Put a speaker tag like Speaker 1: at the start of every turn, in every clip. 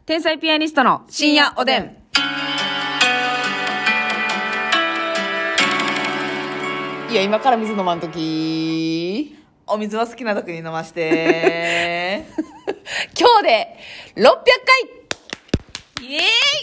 Speaker 1: 天才ピアニストの深夜おでん。いや、今から水飲まんとき。
Speaker 2: お水は好きな時に飲まして
Speaker 1: 今日で600回イエーイ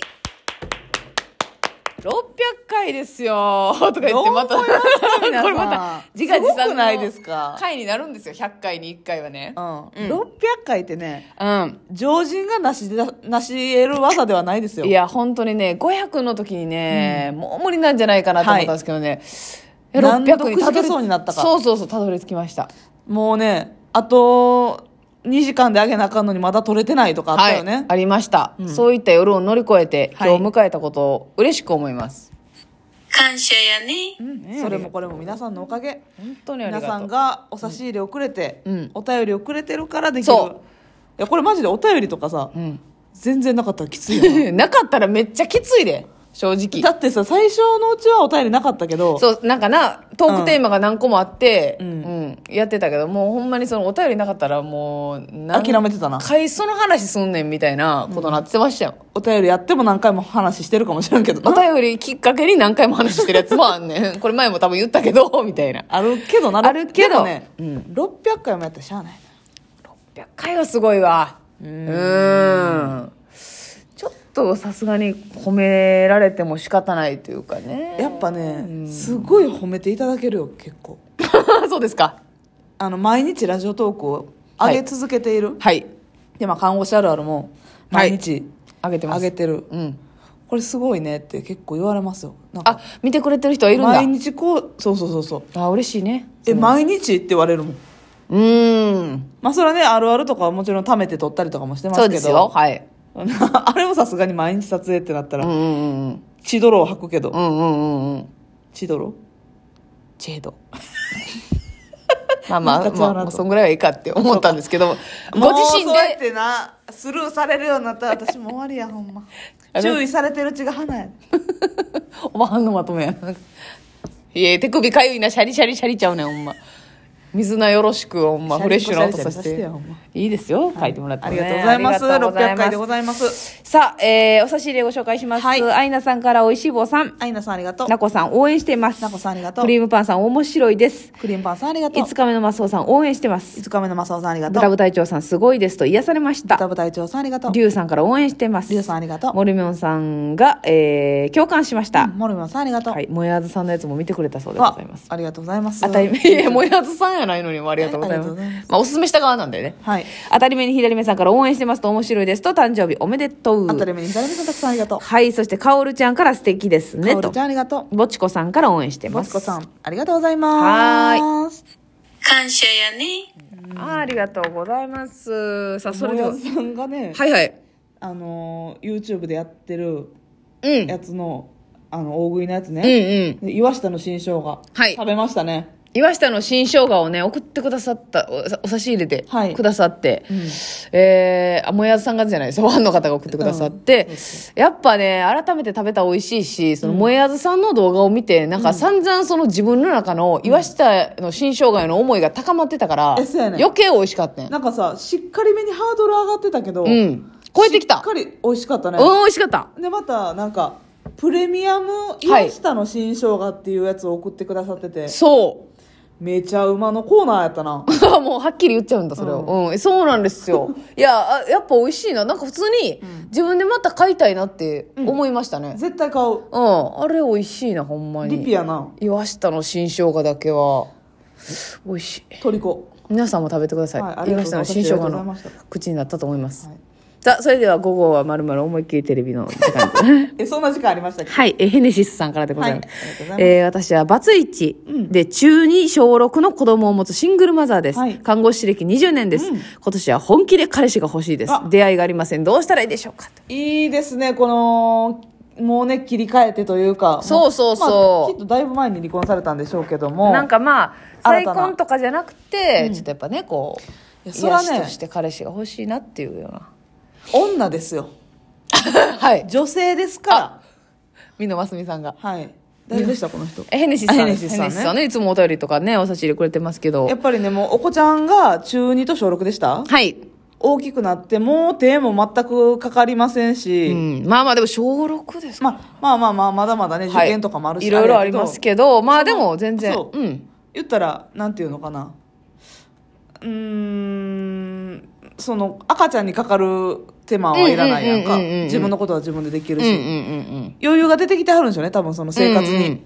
Speaker 1: 600回ですよとか言ってまた
Speaker 2: どう思いますか皆さん
Speaker 1: これまた自画自賛
Speaker 2: すごくないですか
Speaker 1: 回になるんですよ。100回に1回はね。
Speaker 2: 600回ってね、
Speaker 1: うん
Speaker 2: 常人が成し得る技ではないですよ。
Speaker 1: いや本当にね500の時にね、もう無理なんじゃないかなと思ったんですけどね、
Speaker 2: 何度
Speaker 1: 600にたどり
Speaker 2: くじけそうになったか。
Speaker 1: そうたどり着きました。
Speaker 2: もうね、あと2時間であげなあかんのにまだ取れてないとかあったよね。
Speaker 1: はい、ありました、そういった夜を乗り越えて今日迎えたことを嬉しく思います。
Speaker 3: 感謝やね。
Speaker 2: それもこれも皆さんのおかげ。
Speaker 1: 本当にありがとう。
Speaker 2: 皆さんがお差し入れをくれて、
Speaker 1: うん
Speaker 2: お便りをくれてるからできる。
Speaker 1: そう
Speaker 2: いやこれマジでお便りとかさ、
Speaker 1: ん
Speaker 2: 全然なかったらきついよな
Speaker 1: なかったらめっちゃきついで、正直。
Speaker 2: だってさ、最初のうちはお便りなかったけど、
Speaker 1: そう、なんかな、トークテーマが何個もあって、
Speaker 2: うん
Speaker 1: やってたけど、もうほんまにそのお便りなかったらもう、
Speaker 2: 諦めてたな。
Speaker 1: 回その話すんねんみたいなことなってましたよ。
Speaker 2: お便りやっても何回も話してるかもしれんけど
Speaker 1: お
Speaker 2: な。
Speaker 1: 便りきっかけに何回も話してるやつもあんねん。これ前も多分言ったけど、みたいな。
Speaker 2: あるけどな。
Speaker 1: あるけど
Speaker 2: でもね、600回もやったらしゃあない。
Speaker 1: 600回はすごいわ。ちょっとさすがに褒められても仕方ないというかね。
Speaker 2: やっぱね、すごい褒めていただけるよ、結構。
Speaker 1: そうですか。
Speaker 2: 毎日ラジオトークを上げ続けている。
Speaker 1: はい。
Speaker 2: で、看護師あるあるも、毎日
Speaker 1: あげてます。
Speaker 2: 上げてる。
Speaker 1: うん。
Speaker 2: これすごいねって結構言われますよ。なんか
Speaker 1: あ、見てくれてる人はいるんだ。
Speaker 2: 毎日こう、そう。
Speaker 1: あ、嬉しいね。
Speaker 2: 毎日って言われるもん。それはね、あるあるとかはもちろん貯めて撮ったりとかもしてますけど。
Speaker 1: そうですよ。はい。
Speaker 2: あれもさすがに毎日撮影ってなったら、
Speaker 1: うん。
Speaker 2: 血泥を吐くけど。
Speaker 1: うん。
Speaker 2: 血泥
Speaker 1: チェード。ま
Speaker 2: なんかちゃうなと
Speaker 1: あ、そんぐらいはいいかって思ったんですけど、ご自身
Speaker 2: もうそうやっ
Speaker 1: で、
Speaker 2: てな、スルーされるようになったら私もう終わりや、ほんま。
Speaker 1: あれ
Speaker 2: 注意されてるうちが花や。
Speaker 1: おばはんのまとめや。いえ、手首かゆいな、シャリシャリちゃうねん、ほんま。水菜よろしく、ほんま、フレッシュな音させて。
Speaker 2: よほんま
Speaker 1: いいですよ、書いてもらって
Speaker 2: あ
Speaker 1: もね。
Speaker 2: りがとうございます。
Speaker 1: ありがとうござい
Speaker 2: 600回でございます。
Speaker 1: さあ、お差し入れご紹介します。
Speaker 2: はい
Speaker 1: アイナさんからおいしい棒さん。
Speaker 2: アイナさんありがとう。
Speaker 1: ナコさん応援しています。
Speaker 2: ナコさんありがとう
Speaker 1: クリームパンさん面白いです。
Speaker 2: クリームパンさんありがとう。
Speaker 1: 5日目のマスオさん応援してます。
Speaker 2: 5日目のマサオさんありがとう。
Speaker 1: 豚部隊長さんすごいですと癒されました。
Speaker 2: 豚部隊長さんありがとう。
Speaker 1: リュウさんから応援してます。
Speaker 2: リュウさんありがとう。
Speaker 1: モルミョンさんが、共感しました。
Speaker 2: モルミョンさんありがとう。
Speaker 1: はい、もやずさんのやつも見てくれたそうでございます。
Speaker 2: ありがとうございます。
Speaker 1: 当たり前、いや、もやずさんやないのにもありがとうございます。
Speaker 2: ありがとうございます
Speaker 1: まあ、おすすめした側なんでね。
Speaker 2: はい。
Speaker 1: 当たり目に左目さんから応援してますと面白いですと誕生日おめでとう。
Speaker 2: 当たり目に左目さんたくさんありがとう。
Speaker 1: はい、そしてかおるちゃんから素敵ですねと
Speaker 2: かおるちゃんありがとう。
Speaker 1: ぼちこさんから応援してます。
Speaker 2: もちこさんありがとうございます。
Speaker 3: 感謝やね。
Speaker 1: ありがとうございます。さあ、それでは。
Speaker 2: もやさんがね、
Speaker 1: はいはい。
Speaker 2: YouTube でやってる
Speaker 1: うん。
Speaker 2: やつの、大食いのやつ
Speaker 1: うん
Speaker 2: ね。
Speaker 1: うん。
Speaker 2: で岩下の新生姜。
Speaker 1: はい
Speaker 2: 食べましたね。
Speaker 1: 岩下の新生姜をね、送ってくださった、お差し入れで
Speaker 2: はい
Speaker 1: くださって、もやずさんがじゃないですよ、ファンの方が送ってくださって、やっぱね、改めて食べたら美味しいし、そのもやずさんの動画を見て、なんか散々その自分の中の岩下の新生姜への思いが高まってたから、
Speaker 2: そうやねん
Speaker 1: 余計美味しかったん。
Speaker 2: なんかさ、しっかりめにハードル上がってたけど、
Speaker 1: うん。超えてきた。
Speaker 2: しっかり美味しかったね。
Speaker 1: うん、美味しかった。
Speaker 2: で、また、なんか、プレミアム岩下の新生姜っていうやつを送ってくださってて、
Speaker 1: そう。
Speaker 2: めちゃうまのコーナーやったな。
Speaker 1: もうはっきり言っちゃうんだ、それを。そうなんですよ。いや、やっぱ美味しいな。なんか普通に自分でまた買いたいなって思いましたね。
Speaker 2: 絶対買う。
Speaker 1: あれ美味しいな、ほんまに。
Speaker 2: リピやな。
Speaker 1: 岩下の新生姜だけは美味しい。
Speaker 2: トリコ。
Speaker 1: 皆さんも食べてください。
Speaker 2: はいありがとう
Speaker 1: 岩下の新生姜
Speaker 2: ありがとうござい
Speaker 1: の
Speaker 2: ました
Speaker 1: 口になったと思います。
Speaker 2: はい
Speaker 1: さあ、それでは午後はまるまる思いっきりテレビの時間です。
Speaker 2: そんな時間ありましたっけ？
Speaker 1: はい、ヘネシスさんからでございます。
Speaker 2: はいありがとうございます
Speaker 1: 私はバツイチで中2小6の子供を持つシングルマザーです。
Speaker 2: はい
Speaker 1: 看護師歴20年です、今年は本気で彼氏が欲しいです
Speaker 2: あ。
Speaker 1: 出会いがありません。どうしたらいいでしょうか。
Speaker 2: いいですね、この、もうね、切り替えてというか。
Speaker 1: そうそうそう
Speaker 2: まあきっとだいぶ前に離婚されたんでしょうけども。
Speaker 1: なんかまあ、再
Speaker 2: 新たな
Speaker 1: 婚とかじゃなくて、ちょっとやっぱね、こう、
Speaker 2: いやそらね
Speaker 1: 癒しとして彼氏が欲しいなっていうような。
Speaker 2: 女ですよ。
Speaker 1: はい。
Speaker 2: 女性ですから。
Speaker 1: 美濃真澄さんが。
Speaker 2: はい。誰でしたこの人？
Speaker 1: ヘネシスさん
Speaker 2: ヘ
Speaker 1: です。
Speaker 2: ネシスさんね
Speaker 1: ね。いつもお便りとかね、お差し入れくれてますけど
Speaker 2: や。っぱりね、もうお子ちゃんが中2と小6でした？
Speaker 1: はい。
Speaker 2: 大きくなってもう手も全くかかりませんし、
Speaker 1: まあまあでも小6ですか。
Speaker 2: まだまだね、受験とかもあるし、
Speaker 1: いろいろありますけど、まあでも全然。
Speaker 2: そう言ったらなんていうのかな、その赤ちゃんにかかる手間はいらないやんか。自分のことは自分でできるし、余裕が出てきてはるんでしょうね、多分その生活に。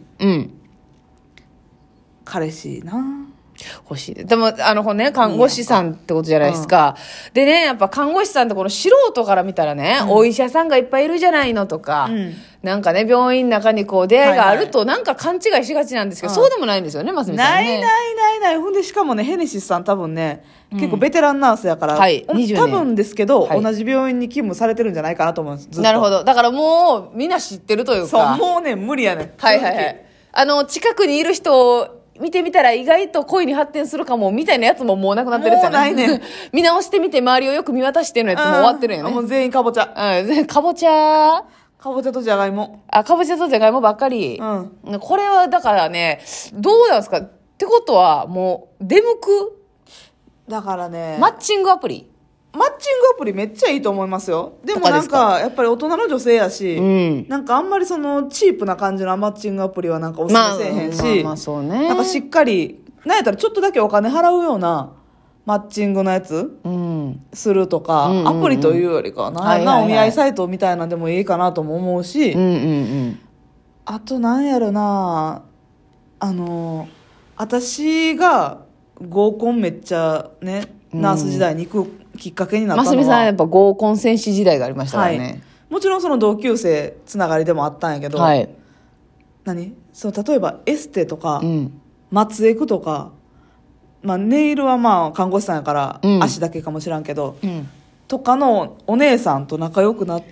Speaker 2: 彼氏な
Speaker 1: 欲しいで。でも、看護師さんってことじゃないですか。でね、やっぱ看護師さんってこの素人から見たらね、お医者さんがいっぱいいるじゃないのとか、なんかね、病院の中にこう出会いがあるとなんか勘違いしがちなんですけど、そうでもないんですよね、ますみさんね。
Speaker 2: ない。ほんで、しかもね、ヘネシスさん多分ね、結構ベテランナースやから、
Speaker 1: 20年
Speaker 2: 多分ですけど、同じ病院に勤務されてるんじゃないかなと思うんです、ずっと。
Speaker 1: なるほど。だからもう、みんな知ってるというか。
Speaker 2: そう、もうね、無理やね。
Speaker 1: 近くにいる人を、見てみたら意外と恋に発展するかもみたいなやつももうなくなってるやつやね。
Speaker 2: もうないね。
Speaker 1: 見直してみて周りをよく見渡してのやつも終わってるよね。
Speaker 2: もう全員かぼちゃ。
Speaker 1: かぼちゃ。
Speaker 2: かぼちゃとじゃがいも。
Speaker 1: かぼちゃとじゃがいもばっかり。これはだからね、どうなんですかってことはもう出向く。
Speaker 2: だからね。
Speaker 1: マッチングアプリ
Speaker 2: めっちゃいいと思いますよ。でもなんか、やっぱり大人の女性やし、なんかあんまりそのチープな感じのマッチングアプリはなんかおすすめせえへんし、
Speaker 1: そうね。
Speaker 2: なんかしっかり、なんやったらちょっとだけお金払うようなマッチングのやつ、するとか、アプリというよりかはお見合いサイトみたいなのでもいいかなとも思うし、あとなんやろな、私が合コンめっちゃね、ナース時代に行くきっかけになったのは、
Speaker 1: ますみさんはやっぱ合コン戦士時代がありましたからね。
Speaker 2: もちろんその同級生つながりでもあったんやけど、例えばエステとか、松江区とか、ネイルは看護師さんやから足だけかもしらんけど、とかのお姉さんと仲良くなって、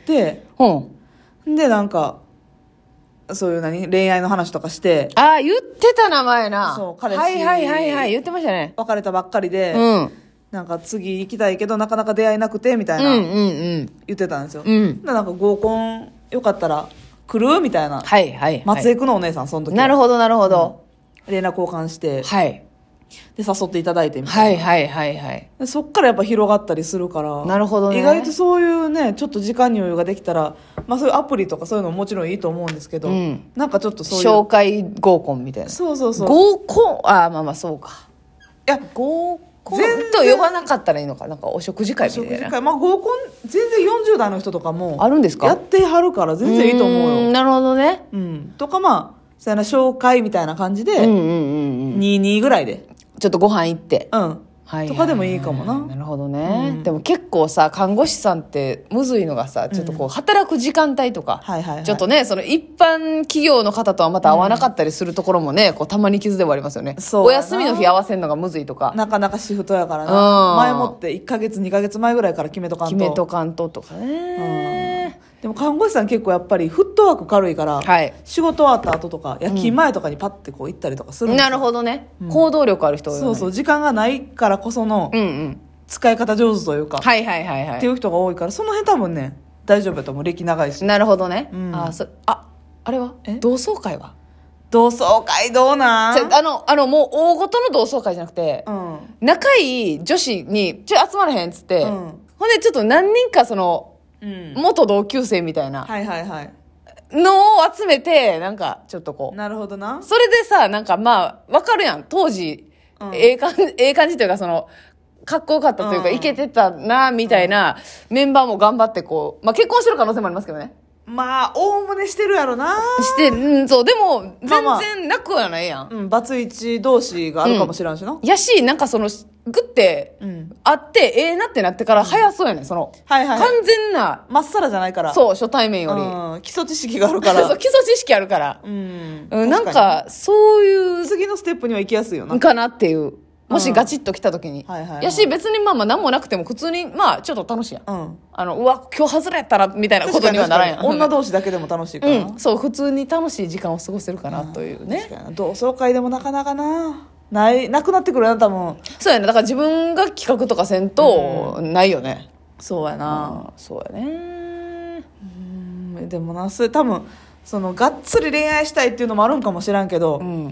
Speaker 2: でなんかそういう恋愛の話とかして、
Speaker 1: 言ってた名前な。
Speaker 2: そう、彼氏
Speaker 1: 言ってましたね。
Speaker 2: 別れたばっかりで、なんか次行きたいけどなかなか出会えなくてみたいな言ってたんですよ。なんか合コンよかったら来るみたいな。松江区のお姉さんその時。
Speaker 1: なるほど。
Speaker 2: 連絡交換して、で誘っていただいてみ
Speaker 1: た
Speaker 2: い
Speaker 1: な。
Speaker 2: そっからやっぱ広がったりするから。
Speaker 1: なるほどね。
Speaker 2: 意外とそういうね、ちょっと時間に余裕ができたら、そういうアプリとかそういうのももちろんいいと思うんですけど、なんかちょっとそういう
Speaker 1: 紹介合コンみたいな。
Speaker 2: そう
Speaker 1: 合コンそうか。
Speaker 2: いや
Speaker 1: 合コンと呼ばなかったらいいのか、なんかお食事会みたいな。
Speaker 2: 合コン全然40代の人とかも
Speaker 1: あるんですか、
Speaker 2: やってはるから全然いいと思うよ。
Speaker 1: なるほどね。
Speaker 2: とかそうやな、紹介みたいな感じで、22ぐらいで
Speaker 1: ちょっとご飯行って、
Speaker 2: とかでもいいかもな。
Speaker 1: なるほどね。でも結構さ、看護師さんってむずいのがさ、ちょっとこう働く時間帯とか、ちょっとね、その一般企業の方とはまた合わなかったりするところもね、こうたまに傷ではありますよね。お休みの日合わせるのがむずいとか、
Speaker 2: なかなかシフトやからな。前もって1ヶ月2ヶ月前ぐらいから決めとかんと
Speaker 1: とかね。
Speaker 2: でも看護師さん結構やっぱりフットワーク軽いから、仕事終わった後とか夜勤前とかにパッてこう行ったりとかするんですよ。
Speaker 1: なるほどね。行動力ある人多いよね。
Speaker 2: 時間がないからこその使い方上手というか、っていう人が多いから、その辺多分ね大丈夫だと思う。歴長いし。
Speaker 1: なるほどね。あれは同窓会は
Speaker 2: 同窓会どうなん？
Speaker 1: もう大ごとの同窓会じゃなくて、仲いい女子に集まらへんっつって、ほんでちょっと何人かその元同級生みたいなのを集めて、なんかちょっとこう、
Speaker 2: なるほどな。
Speaker 1: それでさ、なんかわかるやん、当時、ええ感じというか、そのかっこよかったというか、イケてたなみたいなメンバーも頑張ってこう、結婚してる可能性もありますけどね。
Speaker 2: おおむねしてるやろな。
Speaker 1: そう、でも全然なくはないやん。
Speaker 2: バツイチ同士があるかもしれんしな。
Speaker 1: やし、なんかそのグってあってええなってなってから早そうやねん、その完全な
Speaker 2: まっさらじゃないから。
Speaker 1: そう、初対面よ
Speaker 2: り基礎知識があるから。
Speaker 1: そう、基礎知識あるから、なんかそういう
Speaker 2: 次のステップには行きやすいよな
Speaker 1: かなっていう。もしガチッと来た時に、やし別に何もなくても普通にちょっと楽しいやん、うわ今日外れたらみたいなことにはならんやん。
Speaker 2: 女同士だけでも楽しいからな、
Speaker 1: そう普通に楽しい時間を過ごせるかなというね。
Speaker 2: 同窓会でもなかなかなくなってくるな多分。
Speaker 1: そうやね。だから自分が企画とかせんとないよね。
Speaker 2: そうやな。
Speaker 1: そうやね。
Speaker 2: でもな、それ多分そのがっつり恋愛したいっていうのもあるんかもしらんけど、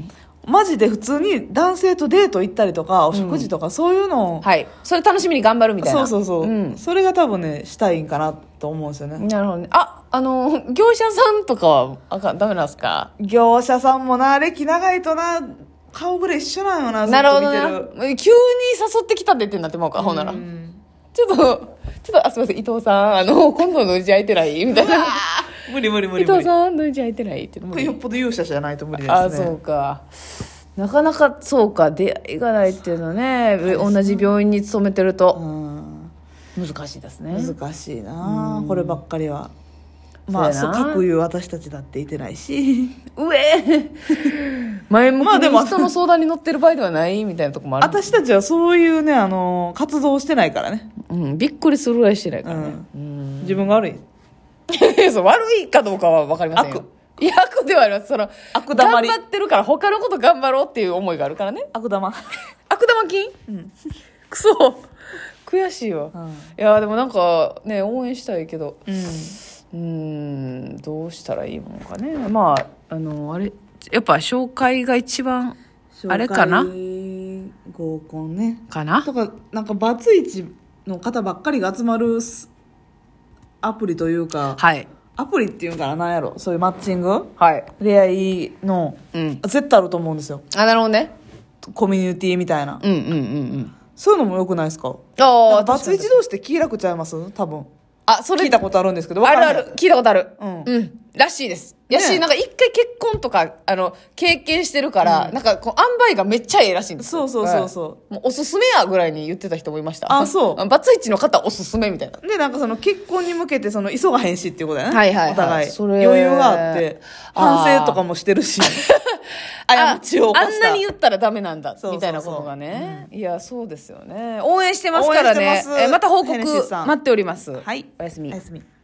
Speaker 2: マジで普通に男性とデート行ったりとか、お食事とかそういうのを、
Speaker 1: はい。それ楽しみに頑張るみたいな。
Speaker 2: そうそうそう、
Speaker 1: ん
Speaker 2: それが多分ね、したいんかなと思うんですよね。
Speaker 1: なるほどね。業者さんとかはダメなんですか？
Speaker 2: 業者さんもな、歴長いとな、顔ぶれ一緒なんよな、ずっ
Speaker 1: なるほど
Speaker 2: と見てる。
Speaker 1: な。急に誘ってきたでってなってまうか、ほんなら。ちょっと、すいません、伊藤さん、今度のうち空いてないみたいな。
Speaker 2: 無理。
Speaker 1: 伊藤さんのうち空いてないっていうのも。
Speaker 2: よっぽど勇者じゃないと無理ですね。
Speaker 1: あ、そうか。なかなか、そうか、出会いがないっていうのはね、同じ病院に勤めてると、難しいですね。
Speaker 2: 難しいな、こればっかりは。まあ、各いう私たちだっていてないし。
Speaker 1: 前向きに人の相談に乗ってる場合ではないみたいなとこもある。
Speaker 2: 私たちはそういうね、活動をしてないからね。
Speaker 1: びっくりするぐらいしてないからね。
Speaker 2: 自分が悪い。
Speaker 1: そう、悪いかどうかは分かりませんよ。悪ではあります。
Speaker 2: 悪玉り。
Speaker 1: 頑張ってるから他のこと頑張ろうっていう思いがあるからね。
Speaker 2: 悪玉。
Speaker 1: 悪玉菌？くそ。悔しいわ。いや、でもなんかね、応援したいけど。どうしたらいいものかね。まあ、あれ、やっぱ紹介が一番、あれかな？
Speaker 2: 合コンね。
Speaker 1: かな？
Speaker 2: とか、なんかバツイチの方ばっかりが集まるアプリというか、
Speaker 1: はい。
Speaker 2: アプリっていうかな、なんやろ、そういうマッチング、
Speaker 1: はい。
Speaker 2: 出会いの、絶対あると思うんですよ。
Speaker 1: なるほどね。
Speaker 2: コミュニティみたいな。そういうのも良くないですか？バツイチ同士って気楽ちゃいます多分。それ聞いたことあるんですけど。
Speaker 1: ある。聞いたことある。らしいです。やし、なんか一回結婚とか、経験してるから、なんか、塩梅がめっちゃええらしいんですよ。
Speaker 2: そう。
Speaker 1: もうおすすめやぐらいに言ってた人もいました。
Speaker 2: そう。
Speaker 1: バツイチの方おすすめみたいな。
Speaker 2: で、なんか結婚に向けて急がへんしっていうことだよね。
Speaker 1: はい。
Speaker 2: お互い。余裕があって、反省とかもしてるし。過ちを犯した。
Speaker 1: あんなに言ったらダメなんだ、みたいなことがね。いや、そうですよね。応援してますからね。また報告待っております。
Speaker 2: はい。
Speaker 1: おやすみ。
Speaker 2: おやすみ。